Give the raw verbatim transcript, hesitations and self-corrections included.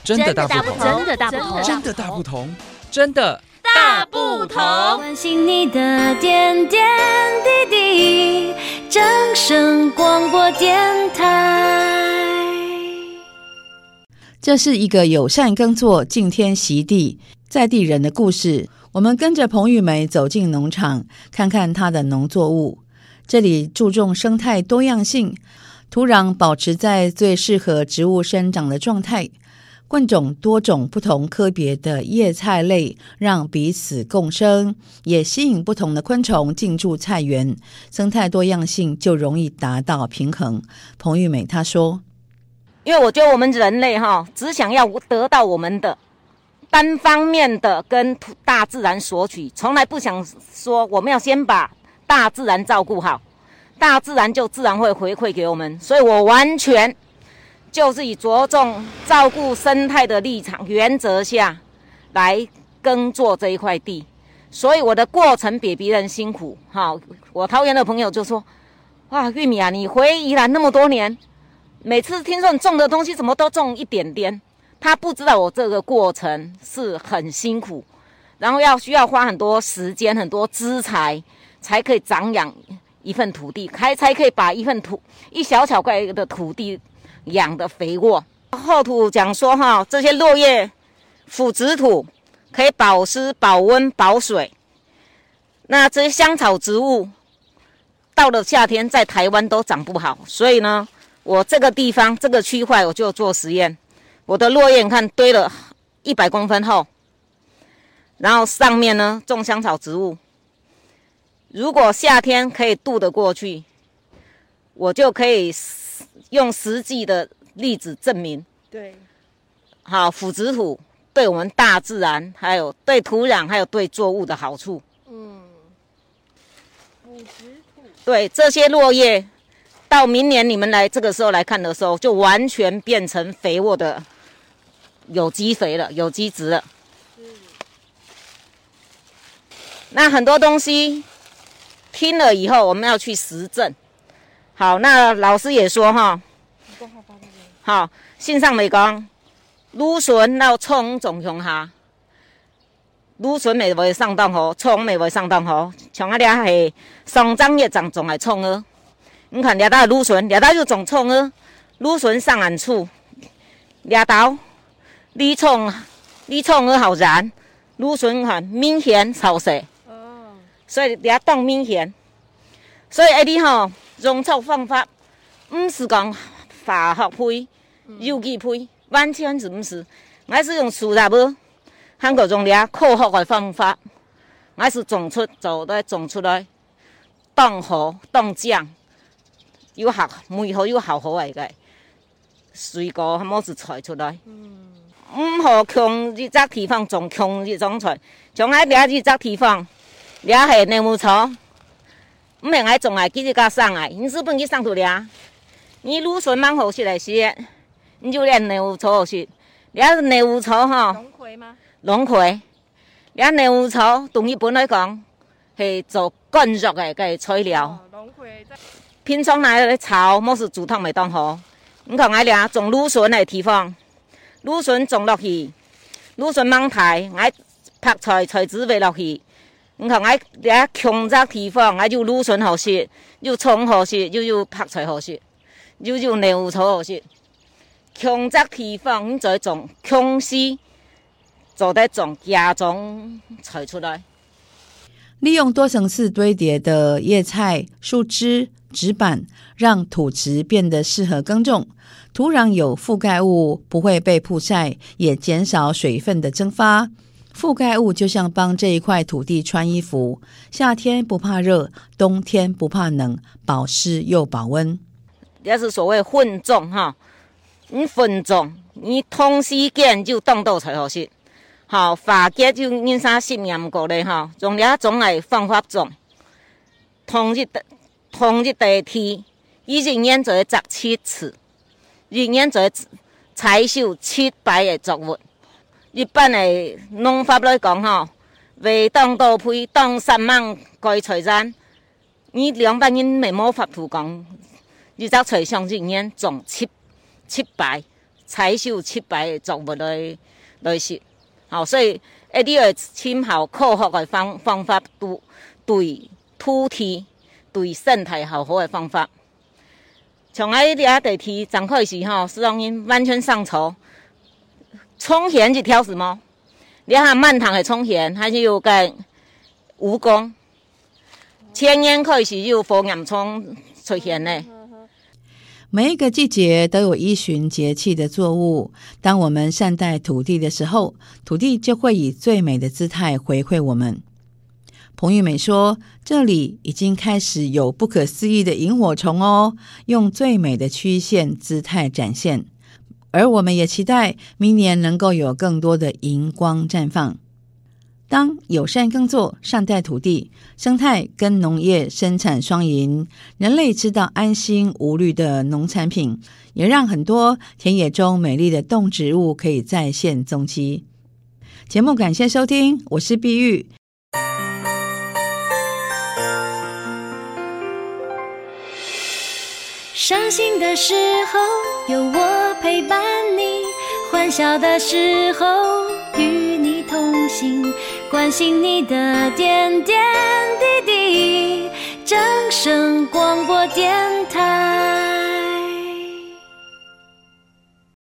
真的大不同， 真的大不同， 真的大不同，真的大不同。 关心你的点点滴滴，掌声广播电台。 这是一个友善耕作、敬天惜地、在地人的故事。我们跟着彭玉梅走进农场，看看她的农作物。这里注重生态多样性，土壤保持在最适合植物生长的状态。混种多种不同科别的叶菜类，让彼此共生，也吸引不同的昆虫进驻菜园，生态多样性就容易达到平衡。彭玉美她说， 因为我觉得我们人类哈，只想要得到我们的单方面的跟大自然索取，从来不想说我们要先把大自然照顾好，大自然就自然会回馈给我们。所以我完全就是以着重照顾生态的立场原则下来耕作这一块地，所以我的过程比别人辛苦。哈，我桃园的朋友就说：“哇，玉米啊，你回宜兰那么多年，每次听说你种的东西怎么都种一点点。”他不知道我这个过程是很辛苦，然后要需要花很多时间、很多资财，才可以长养一份土地，才才可以把一份土一小小块的土地养得肥沃。后土讲说哈，这些落叶腐殖土可以保湿、保温、保水。那这些香草植物到了夏天在台湾都长不好，所以呢，我这个地方这个区块我就做实验。我的落叶你看堆了一百公分厚，然后上面呢种香草植物。如果夏天可以渡得过去，我就可以用实际的例子证明。 对， 好，腐殖土对我们大自然，还有对土壤，还有对作物的好处。 嗯，腐殖土， 对这些落叶，到明年你们来这个时候来看的时候，就完全变成肥沃的有机肥了，有机质了。那很多东西听了以后，我们要去实证。好，那老师也说哈，好，信上面讲，芦笋要葱种乡下，芦笋咪会上当好，葱咪会上当好，像啊俩系上张叶长种来葱儿。你看，掠到芦笋，掠到就种葱儿，芦笋上岸处，掠到，你葱，你葱儿好燃，芦笋看明显潮湿，哦，所以掠动明显，所以哎你吼种草方法，唔是讲化学配、有机配，完全是唔是，我是用树叶无，韩国种掠科学的方法，我是种出做来种出来，当好当酱。有效，每好有效好嚟嘅，水果冇是采出来。嗯，唔好穷一笪地方种穷一种菜，像喺掠一笪地方，掠係内务草，唔係喺種嚟幾隻家上嚟，你是不去上土掠？你芦笋蠻好食嚟食，你就掠內務草好食，掠內務草嗬。 龍葵嗎？ 龍葵，掠內務草，同日本來講係做乾肉嘅嘅材料。 哦，龍葵在。 平常来的草，莫是煮汤袂当好。你看我俩种芦笋的地方，芦笋种落去，芦笋芒台，我拍菜菜籽喂落去。你看我俩穷杂地方，我就芦笋好食，又葱好食，又又拍菜好食，又又内务草好食。穷杂地方，你就种穷丝，就得种家种菜出来。 利用多层次堆叠的叶菜、树枝、纸板，让土质变得适合耕种，土壤有覆盖物，不会被曝晒，也减少水分的蒸发。覆盖物就像帮这一块土地穿衣服，夏天不怕热，冬天不怕冷，保湿又保温。 也是所谓混种哈，你混种，你同时间就冻到才好食。好，化结就因啥实验过咧哈，用俩种来方法种，同一同一地地，以一年就十七次，一年就采收七百个作物。一般的农法来讲哈，未当到配当三万个财产，你两百人未冇法度讲，你只菜上一年种七七百采收七百的作物来来食。好，所以一定要深效克服的方方法，对对土地、对生态好好的方法。像喺掠地梯展开时吼，施农因完全上手。葱咸一挑什么？掠下满塘的葱咸，还是有个蜈蚣。千烟开始有火焰葱出现呢。 每一个季节都有依循节气的作物，当我们善待土地的时候，土地就会以最美的姿态回馈我们。彭玉美说，这里已经开始有不可思议的萤火虫哦，用最美的曲线姿态展现，而我们也期待明年能够有更多的荧光绽放。当友善耕作、善待土地、生态跟农业生产双赢，人类吃到安心无虑的农产品，也让很多田野中美丽的动植物可以再现踪迹。节目感谢收听，我是碧玉。 伤心的时候有我陪伴你，欢笑的时候与你同行，关心你的点点滴滴。正声广播电台。